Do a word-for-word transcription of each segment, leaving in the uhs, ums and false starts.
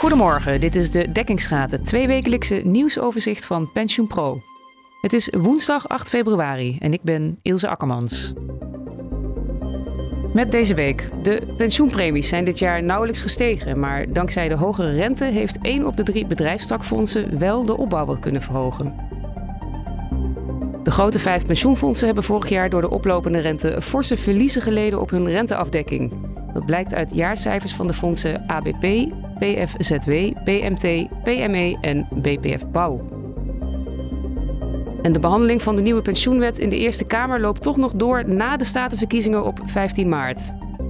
Goedemorgen, dit is de Dekkingsgraad, het tweewekelijkse nieuwsoverzicht van PensioenPro. Het is woensdag acht februari en ik ben Ilse Akkermans. Met deze week. De pensioenpremies zijn dit jaar nauwelijks gestegen, maar dankzij de hogere rente heeft één op de drie bedrijfstakfondsen wel de opbouw wat kunnen verhogen. De grote vijf pensioenfondsen hebben vorig jaar door de oplopende rente forse verliezen geleden op hun renteafdekking. Dat blijkt uit jaarcijfers van de fondsen A B P, P F Z W, P M T, P M E en B P F Bouw. En de behandeling van de nieuwe pensioenwet in de Eerste Kamer loopt toch nog door na de statenverkiezingen op vijftien maart.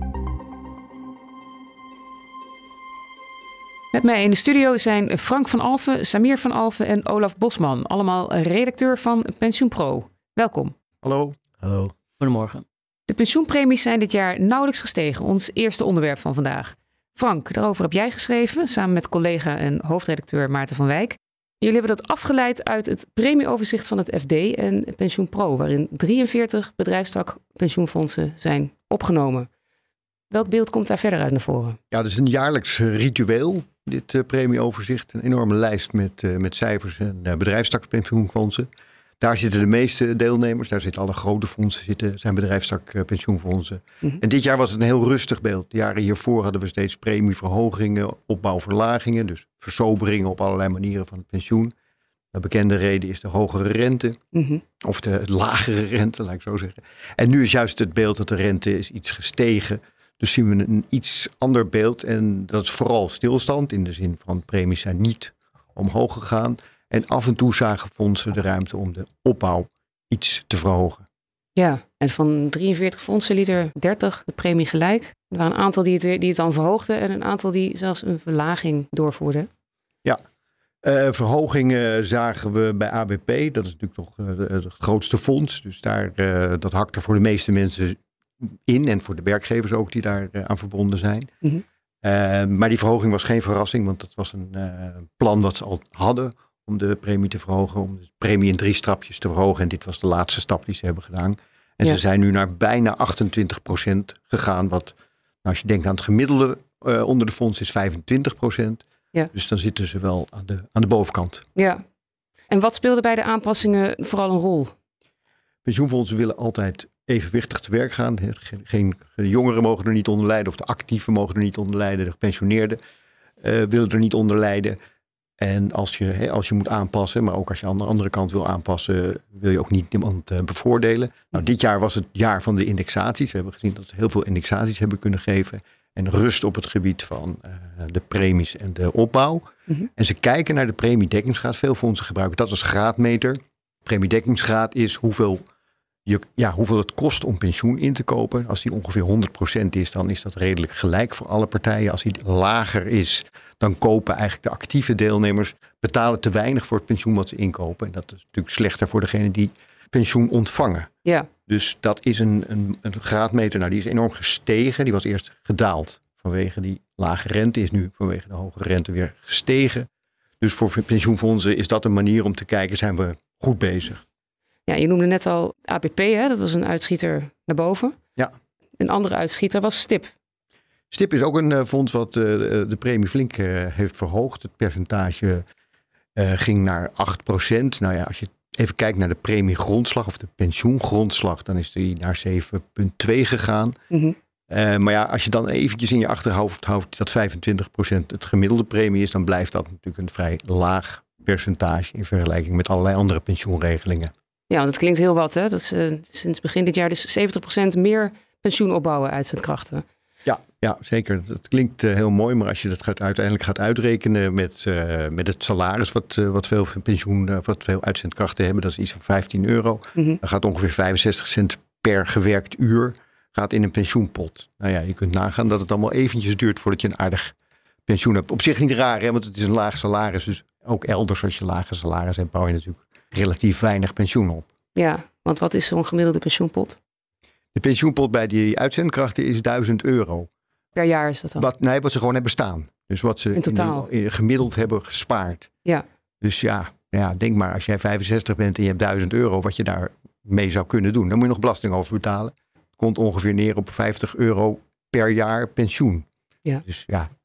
Met mij in de studio zijn Frank van Alphen, Samir van Alphen en Olaf Bosman. Allemaal redacteur van PensioenPro. Welkom. Hallo. Hallo. Goedemorgen. De pensioenpremies zijn dit jaar nauwelijks gestegen. Ons eerste onderwerp van vandaag. Frank, daarover heb jij geschreven, samen met collega en hoofdredacteur Maarten van Wijk. Jullie hebben dat afgeleid uit het premieoverzicht van het F D en PensioenPro, waarin drieënveertig bedrijfstak pensioenfondsen zijn opgenomen. Welk beeld komt daar verder uit naar voren? Ja, dat is een jaarlijks ritueel, dit uh, premieoverzicht. Een enorme lijst met, uh, met cijfers en uh, bedrijfstakpensioenfondsen. Daar zitten de meeste deelnemers, daar zitten alle grote fondsen, zitten, zijn bedrijfstakpensioenfondsen. Mm-hmm. En dit jaar was het een heel rustig beeld. De jaren hiervoor hadden we steeds premieverhogingen, opbouwverlagingen, dus versoberingen op allerlei manieren van het pensioen. De bekende reden is de hogere rente, mm-hmm. of de lagere rente, laat ik zo zeggen. En nu is juist het beeld dat de rente is iets gestegen. Dus zien we een iets ander beeld en dat is vooral stilstand, in de zin van premies zijn niet omhoog gegaan. En af en toe zagen fondsen de ruimte om de opbouw iets te verhogen. Ja, en van drieënveertig fondsen liet er dertig de premie gelijk. Er waren een aantal die het, weer, die het dan verhoogden en een aantal die zelfs een verlaging doorvoerden. Ja, uh, verhogingen zagen we bij A B P. Dat is natuurlijk toch uh, het grootste fonds. Dus daar, uh, dat hakt er voor de meeste mensen in. En voor de werkgevers ook die daar uh, aan verbonden zijn. Mm-hmm. Uh, maar die verhoging was geen verrassing, want dat was een uh, plan wat ze al hadden om de premie te verhogen, om de premie in drie stapjes te verhogen. En dit was de laatste stap die ze hebben gedaan. En ja. Ze zijn nu naar bijna achtentwintig procent gegaan. Wat, nou, als je denkt aan het gemiddelde uh, onder de fonds is vijfentwintig procent. Ja. Dus dan zitten ze wel aan de, aan de bovenkant. Ja. En wat speelde bij de aanpassingen vooral een rol? Pensioenfondsen willen altijd evenwichtig te werk gaan. Geen, de jongeren mogen er niet onder lijden, of de actieven mogen er niet onder lijden. De gepensioneerden uh, willen er niet onder lijden. En als je, als je moet aanpassen, maar ook als je aan de andere kant wil aanpassen, wil je ook niet iemand uh, bevoordelen. Nou, dit jaar was het jaar van de indexaties. We hebben gezien dat we heel veel indexaties hebben kunnen geven. En rust op het gebied van uh, de premies en de opbouw. Mm-hmm. En ze kijken naar de premiedekkingsgraad. Veel fondsen gebruiken dat als graadmeter. Premiedekkingsgraad is hoeveel, je, ja, hoeveel het kost om pensioen in te kopen. Als die ongeveer honderd procent is, dan is dat redelijk gelijk voor alle partijen. Als die lager is, dan kopen eigenlijk de actieve deelnemers, betalen te weinig voor het pensioen wat ze inkopen. En dat is natuurlijk slechter voor degene die pensioen ontvangen. Ja. Dus dat is een, een, een graadmeter, nou die is enorm gestegen. Die was eerst gedaald vanwege die lage rente, is nu vanwege de hoge rente weer gestegen. Dus voor pensioenfondsen is dat een manier om te kijken, zijn we goed bezig. Ja, je noemde net al A B P, hè? Dat was een uitschieter naar boven. Ja. Een andere uitschieter was STIP. STIP is ook een uh, fonds wat uh, de premie flink uh, heeft verhoogd. Het percentage uh, ging naar acht procent. Nou ja, als je even kijkt naar de premiegrondslag of de pensioengrondslag, dan is die naar zeven komma twee gegaan. Mm-hmm. Uh, maar ja, als je dan eventjes in je achterhoofd houdt dat vijfentwintig procent het gemiddelde premie is, dan blijft dat natuurlijk een vrij laag percentage in vergelijking met allerlei andere pensioenregelingen. Ja, dat klinkt heel wat, hè? Dat is uh, sinds begin dit jaar dus zeventig procent meer pensioen opbouwen uit zijn krachten. Ja, ja, zeker. Dat klinkt uh, heel mooi, maar als je dat gaat, uiteindelijk gaat uitrekenen met, uh, met het salaris wat, uh, wat veel pensioen, uh, wat veel uitzendkrachten hebben, dat is iets van vijftien euro. Mm-hmm. Dan gaat ongeveer vijfenzestig cent per gewerkt uur gaat in een pensioenpot. Nou ja, je kunt nagaan dat het allemaal eventjes duurt voordat je een aardig pensioen hebt. Op zich niet raar, hè, want het is een laag salaris. Dus ook elders als je lage salaris hebt, bouw je natuurlijk relatief weinig pensioen op. Ja, want wat is zo'n gemiddelde pensioenpot? De pensioenpot bij die uitzendkrachten is duizend euro. Per jaar is dat dan? Wat, nee, wat ze gewoon hebben staan. Dus wat ze in totaal in, in, gemiddeld hebben gespaard. Ja. Dus ja, ja, denk maar als jij vijfenzestig bent en je hebt duizend euro, wat je daar mee zou kunnen doen. Dan moet je nog belasting over betalen. Het komt ongeveer neer op vijftig euro per jaar pensioen. Ja. Dus ja,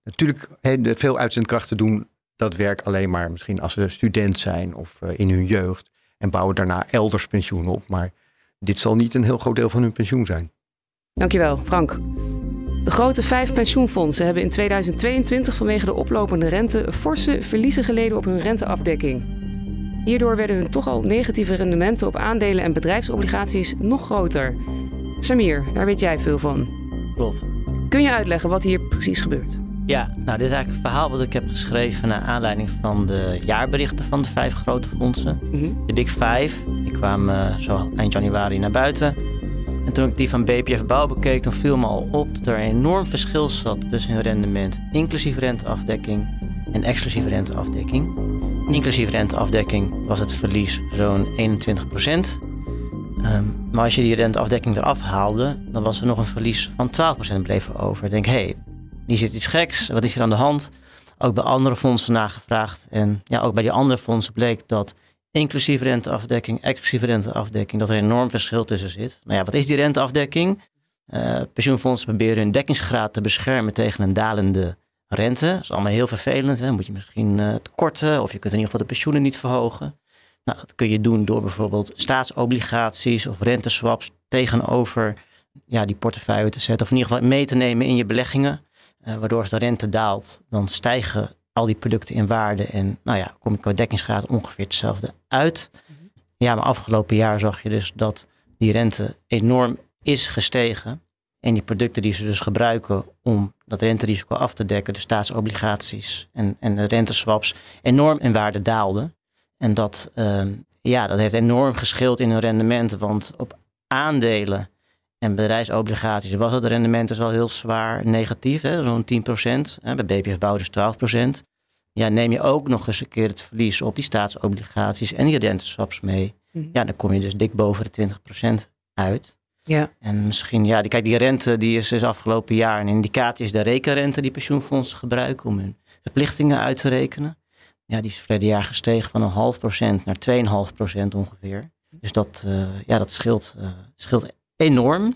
Natuurlijk, he, veel uitzendkrachten doen dat werk alleen maar misschien als ze student zijn of uh, in hun jeugd. En bouwen daarna elders pensioen op. Maar dit zal niet een heel groot deel van hun pensioen zijn. Dankjewel, Frank. De grote vijf pensioenfondsen hebben in tweeduizend tweeëntwintig vanwege de oplopende rente forse verliezen geleden op hun renteafdekking. Hierdoor werden hun toch al negatieve rendementen op aandelen en bedrijfsobligaties nog groter. Samir, daar weet jij veel van. Klopt. Kun je uitleggen wat hier precies gebeurt? Ja, nou dit is eigenlijk een verhaal wat ik heb geschreven naar aanleiding van de jaarberichten van de vijf grote fondsen. Mm-hmm. De Big Five, die kwamen zo eind januari naar buiten. En toen ik die van B P F Bouw bekeek, dan viel me al op dat er een enorm verschil zat tussen hun rendement, inclusief renteafdekking en exclusief renteafdekking. Inclusief renteafdekking was het verlies zo'n eenentwintig procent. Um, maar als je die renteafdekking eraf haalde, dan was er nog een verlies van twaalf procent bleven over. Ik denk, hé, hey, hier zit iets geks, wat is er aan de hand? Ook bij andere fondsen nagevraagd. En ja, ook bij die andere fondsen bleek dat inclusief renteafdekking, exclusief renteafdekking, dat er een enorm verschil tussen zit. Nou ja, wat is die renteafdekking? Uh, pensioenfondsen proberen hun dekkingsgraad te beschermen tegen een dalende rente. Dat is allemaal heel vervelend. Hè? Moet je misschien uh, tekorten of je kunt in ieder geval de pensioenen niet verhogen. Nou, dat kun je doen door bijvoorbeeld staatsobligaties of renteswaps tegenover ja, die portefeuille te zetten. Of in ieder geval mee te nemen in je beleggingen. Uh, waardoor als de rente daalt, dan stijgen al die producten in waarde. En nou ja, kom ik qua dekkingsgraad ongeveer hetzelfde uit. Mm-hmm. Ja, maar afgelopen jaar zag je dus dat die rente enorm is gestegen. En die producten die ze dus gebruiken om dat renterisico af te dekken, de staatsobligaties en, en de renteswaps, enorm in waarde daalden. En dat, uh, ja, dat heeft enorm geschild in hun rendementen. Want op aandelen en bedrijfsobligaties was het rendement dus al heel zwaar negatief. Zo'n tien procent. Hè, bij B P F Bouw dus twaalf procent. Ja, neem je ook nog eens een keer het verlies op die staatsobligaties en die renteswaps mee. Mm-hmm. Ja, dan kom je dus dik boven de twintig procent uit. Ja. En misschien, ja, die, kijk, die rente die is dus afgelopen jaar een indicatie is de rekenrente die pensioenfondsen gebruiken om hun verplichtingen uit te rekenen. Ja, die is verleden jaar gestegen van een half procent naar twee komma vijf procent ongeveer. Dus dat, uh, ja, dat scheelt, uh, scheelt enorm.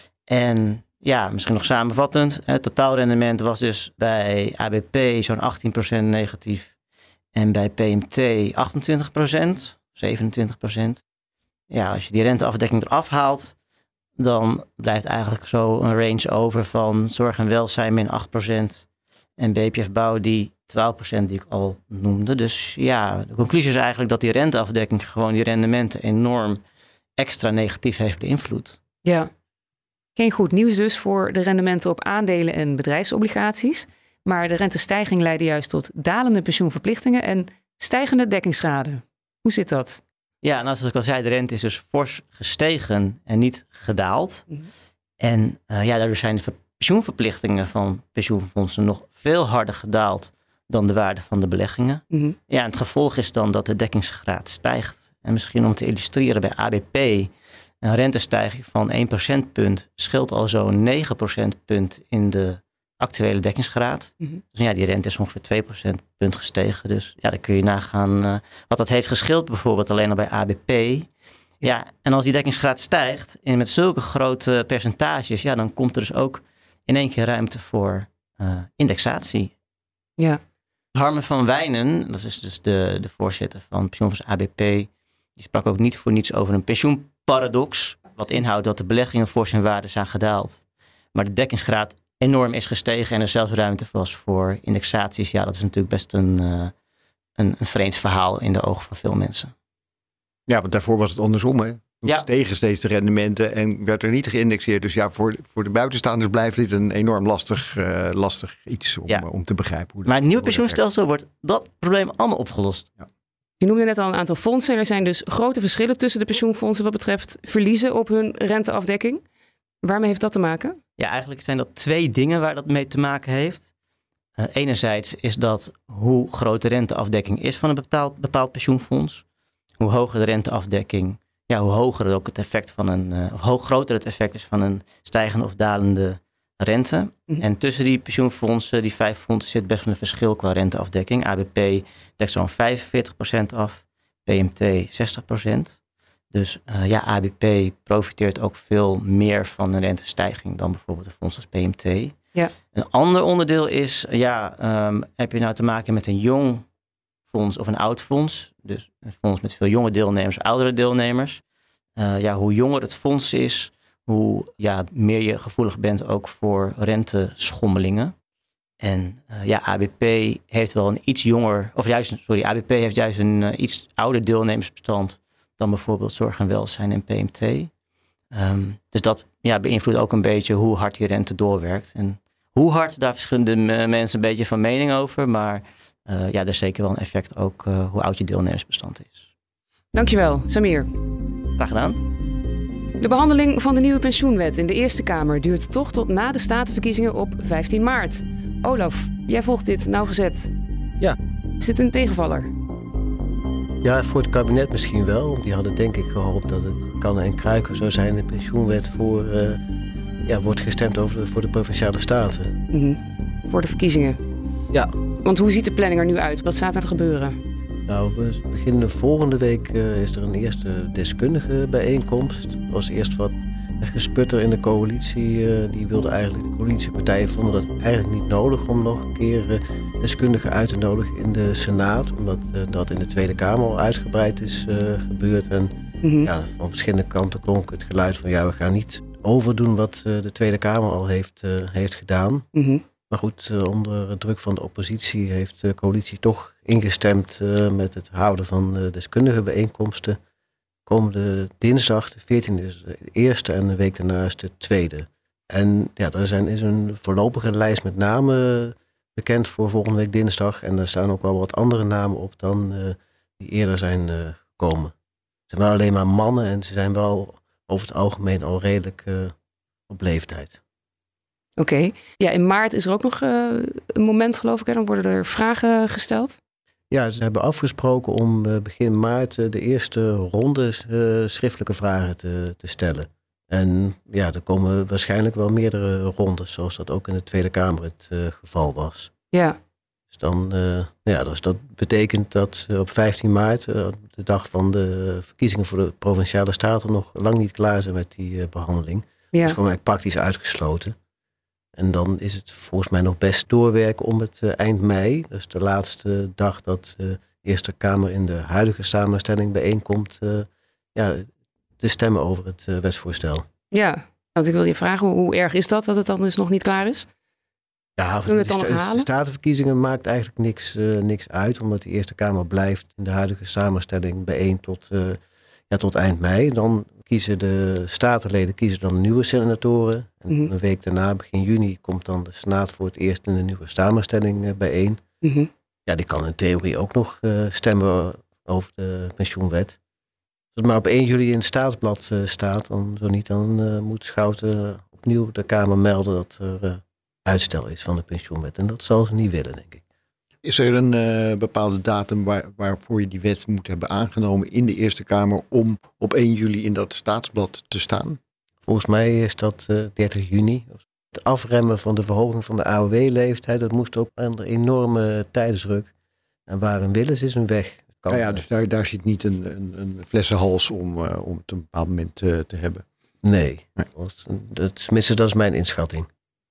En ja, misschien nog samenvattend. Het totaalrendement was dus bij A B P zo'n achttien procent negatief. En bij P M T achtentwintig procent, zevenentwintig procent. Ja, als je die renteafdekking eraf haalt, dan blijft eigenlijk zo een range over van zorg en welzijn min acht procent. En B P F Bouw die twaalf procent die ik al noemde. Dus ja, de conclusie is eigenlijk dat die renteafdekking gewoon die rendementen enorm extra negatief heeft beïnvloed. Ja, geen goed nieuws dus voor de rendementen op aandelen en bedrijfsobligaties. Maar de rentestijging leidde juist tot dalende pensioenverplichtingen en stijgende dekkingsgraden. Hoe zit dat? Ja, nou, zoals ik al zei, de rente is dus fors gestegen en niet gedaald. Mm-hmm. En uh, ja, daardoor zijn de pensioenverplichtingen van pensioenfondsen nog veel harder gedaald dan de waarde van de beleggingen. Mm-hmm. Ja, en het gevolg is dan dat de dekkingsgraad stijgt. En misschien om te illustreren bij A B P, een rentestijging van één procentpunt scheelt al zo'n negen procentpunt in de actuele dekkingsgraad. Mm-hmm. Dus ja, die rente is ongeveer twee procentpunt gestegen. Dus ja, dan kun je nagaan uh, wat dat heeft gescheeld bijvoorbeeld alleen al bij A B P. Ja. ja, en als die dekkingsgraad stijgt en met zulke grote percentages, ja, dan komt er dus ook in één keer ruimte voor uh, indexatie. Ja. Harmen van Wijnen, dat is dus de, de voorzitter van pensioenfonds A B P, die sprak ook niet voor niets over een pensioenparadox, wat inhoudt dat de beleggingen fors in waarde zijn gedaald, maar de dekkingsgraad enorm is gestegen en er zelfs ruimte was voor indexaties. Ja, dat is natuurlijk best een, uh, een, een vreemd verhaal in de ogen van veel mensen. Ja, want daarvoor was het andersom, hè? Toen ja. stegen steeds de rendementen en werd er niet geïndexeerd. Dus ja, voor, voor de buitenstaanders blijft dit een enorm lastig, uh, lastig iets om, ja. om te begrijpen. Hoe maar het nieuwe pensioenstelsel wordt dat probleem allemaal opgelost. Ja. Je noemde net al een aantal fondsen. Er zijn dus grote verschillen tussen de pensioenfondsen wat betreft verliezen op hun renteafdekking. Waarmee heeft dat te maken? Ja, eigenlijk zijn dat twee dingen waar dat mee te maken heeft. Uh, enerzijds is dat hoe groot de renteafdekking is van een bepaald, bepaald pensioenfonds. Hoe hoger de renteafdekking, ja, hoe hoger ook het effect van een, uh, of hoe groter het effect is van een stijgende of dalende rente. Mm-hmm. En tussen die pensioenfondsen, die vijf fondsen, zit best wel een verschil qua renteafdekking. A B P dekt zo'n vijfenveertig procent af, P M T zestig procent. Dus uh, ja, A B P profiteert ook veel meer van een rentestijging dan bijvoorbeeld een fonds als P M T. Ja. Een ander onderdeel is, ja, um, heb je nou te maken met een jong fonds of een oud fonds? Dus een fonds met veel jonge deelnemers, oudere deelnemers. Uh, ja, hoe jonger het fonds is, hoe ja, meer je gevoelig bent ook voor renteschommelingen. En uh, ja, A B P heeft wel een iets jonger, of juist, sorry, A B P heeft juist een uh, iets ouder deelnemersbestand dan bijvoorbeeld zorg en welzijn en P M T. Um, dus dat ja, beïnvloedt ook een beetje hoe hard die rente doorwerkt. En hoe hard, daar verschillende uh, mensen een beetje van mening over. Maar uh, ja, er is zeker wel een effect ook uh, hoe oud je deelnemersbestand is. Dankjewel, Samir. Graag gedaan. De behandeling van de nieuwe pensioenwet in de Eerste Kamer duurt toch tot na de statenverkiezingen op vijftien maart. Olaf, jij volgt dit nauwgezet. Ja. Is dit een tegenvaller? Ja, voor het kabinet misschien wel. Die hadden denk ik gehoopt dat het kannen en kruiken zou zijn. De pensioenwet voor, uh, ja, wordt gestemd over de, voor de Provinciale Staten. Mm-hmm. Voor de verkiezingen? Ja. Want hoe ziet de planning er nu uit? Wat staat er te gebeuren? Nou, we beginnen volgende week uh, is er een eerste deskundige bijeenkomst. Er was eerst wat gesputter in de coalitie. Uh, die wilden eigenlijk, de coalitiepartijen vonden dat eigenlijk niet nodig om nog een keer uh, deskundigen uit te nodigen in de Senaat. Omdat uh, dat in de Tweede Kamer al uitgebreid is uh, gebeurd. En mm-hmm. ja, van verschillende kanten klonk het geluid van ja, we gaan niet overdoen wat uh, de Tweede Kamer al heeft, uh, heeft gedaan. Mm-hmm. Maar goed, uh, onder druk van de oppositie heeft de coalitie toch ingestemd uh, met het houden van uh, deskundige bijeenkomsten. Komende dinsdag, de veertiende is de eerste en de week daarna is de tweede. En ja, er zijn, is een voorlopige lijst met namen bekend voor volgende week dinsdag. En er staan ook wel wat andere namen op dan uh, die eerder zijn uh, gekomen. Het zijn wel alleen maar mannen en ze zijn wel over het algemeen al redelijk uh, op leeftijd. Oké. Okay. Ja, in maart is er ook nog uh, een moment, geloof ik. Hè? Dan worden er vragen gesteld. Ja, ze hebben afgesproken om uh, begin maart uh, de eerste ronde uh, schriftelijke vragen te, te stellen. En ja, er komen waarschijnlijk wel meerdere rondes, zoals dat ook in de Tweede Kamer het uh, geval was. Ja. Dus dan, uh, ja, dus dat betekent dat uh, op vijftien maart, uh, de dag van de verkiezingen voor de Provinciale Staten, nog lang niet klaar zijn met die uh, behandeling. Ja. Dat is gewoon eigenlijk praktisch uitgesloten. En dan is het volgens mij nog best doorwerken om het uh, eind mei, dus de laatste dag dat uh, de Eerste Kamer in de huidige samenstelling bijeenkomt, uh, ja, te stemmen over het uh, wetsvoorstel. Ja, want ik wil je vragen, hoe, hoe erg is dat, dat het dan dus nog niet klaar is? Ja, Doen we het dan de, nog halen? de statenverkiezingen maakt eigenlijk niks, uh, niks uit, omdat de Eerste Kamer blijft in de huidige samenstelling bijeen tot, uh, ja, tot eind mei. Dan kiezen de statenleden kiezen dan nieuwe senatoren. En mm-hmm. een week daarna, begin juni, komt dan de Senaat voor het eerst in de nieuwe samenstelling uh, bijeen. Mm-hmm. Ja, die kan in theorie ook nog uh, stemmen over de pensioenwet. Als het maar op één juli in het Staatsblad uh, staat, dan, zo niet, dan uh, moet Schouten uh, opnieuw de Kamer melden dat er uh, uitstel is van de pensioenwet. En dat zal ze niet willen, denk ik. Is er een uh, bepaalde datum waar, waarvoor je die wet moet hebben aangenomen in de Eerste Kamer om op één juli in dat Staatsblad te staan? Volgens mij is dat uh, dertig juni. Het afremmen van de verhoging van de A O W-leeftijd, dat moest ook onder enorme tijdsdruk. En waar een wil is, is een weg. Kan, ja, ja, dus daar, daar zit niet een, een, een flessenhals om, uh, om het op een bepaald moment uh, te hebben. Nee, nee. Dat, tenminste dat is mijn inschatting.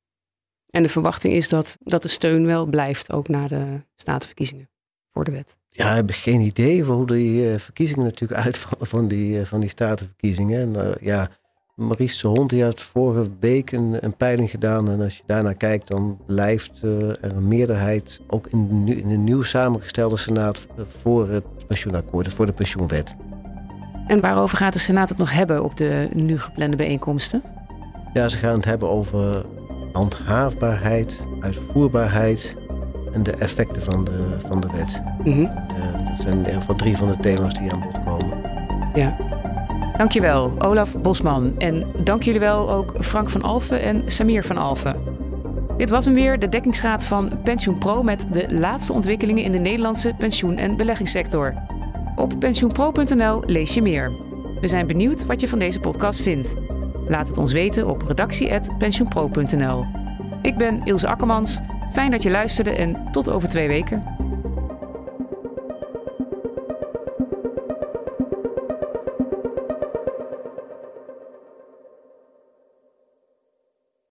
En de verwachting is dat, dat de steun wel blijft, ook na de statenverkiezingen voor de wet. Ja, ik heb geen idee van hoe die uh, verkiezingen natuurlijk uitvallen van die, uh, van die statenverkiezingen. En uh, ja, Maurice de Hond die had vorige week een, een peiling gedaan. En als je daarnaar kijkt, dan blijft uh, er een meerderheid, ook in de, in de nieuw samengestelde Senaat, voor het pensioenakkoord, voor de pensioenwet. En waarover gaat de Senaat het nog hebben op de nu geplande bijeenkomsten? Ja, ze gaan het hebben over handhaafbaarheid, uitvoerbaarheid en de effecten van de, van de wet. Mm-hmm. Uh, dat zijn in ieder geval drie van de thema's die aan bod komen. Ja. Dankjewel, Olaf Bosman. En dank jullie wel ook Frank van Alphen en Samir van Alphen. Dit was hem weer, de dekkingsraad van PensioenPro met de laatste ontwikkelingen in de Nederlandse pensioen- en beleggingssector. Op pensioenpro punt n l lees je meer. We zijn benieuwd wat je van deze podcast vindt. Laat het ons weten op redactie apenstaartje pensioenpro punt n l. Ik ben Ilse Akkermans. Fijn dat je luisterde en tot over twee weken.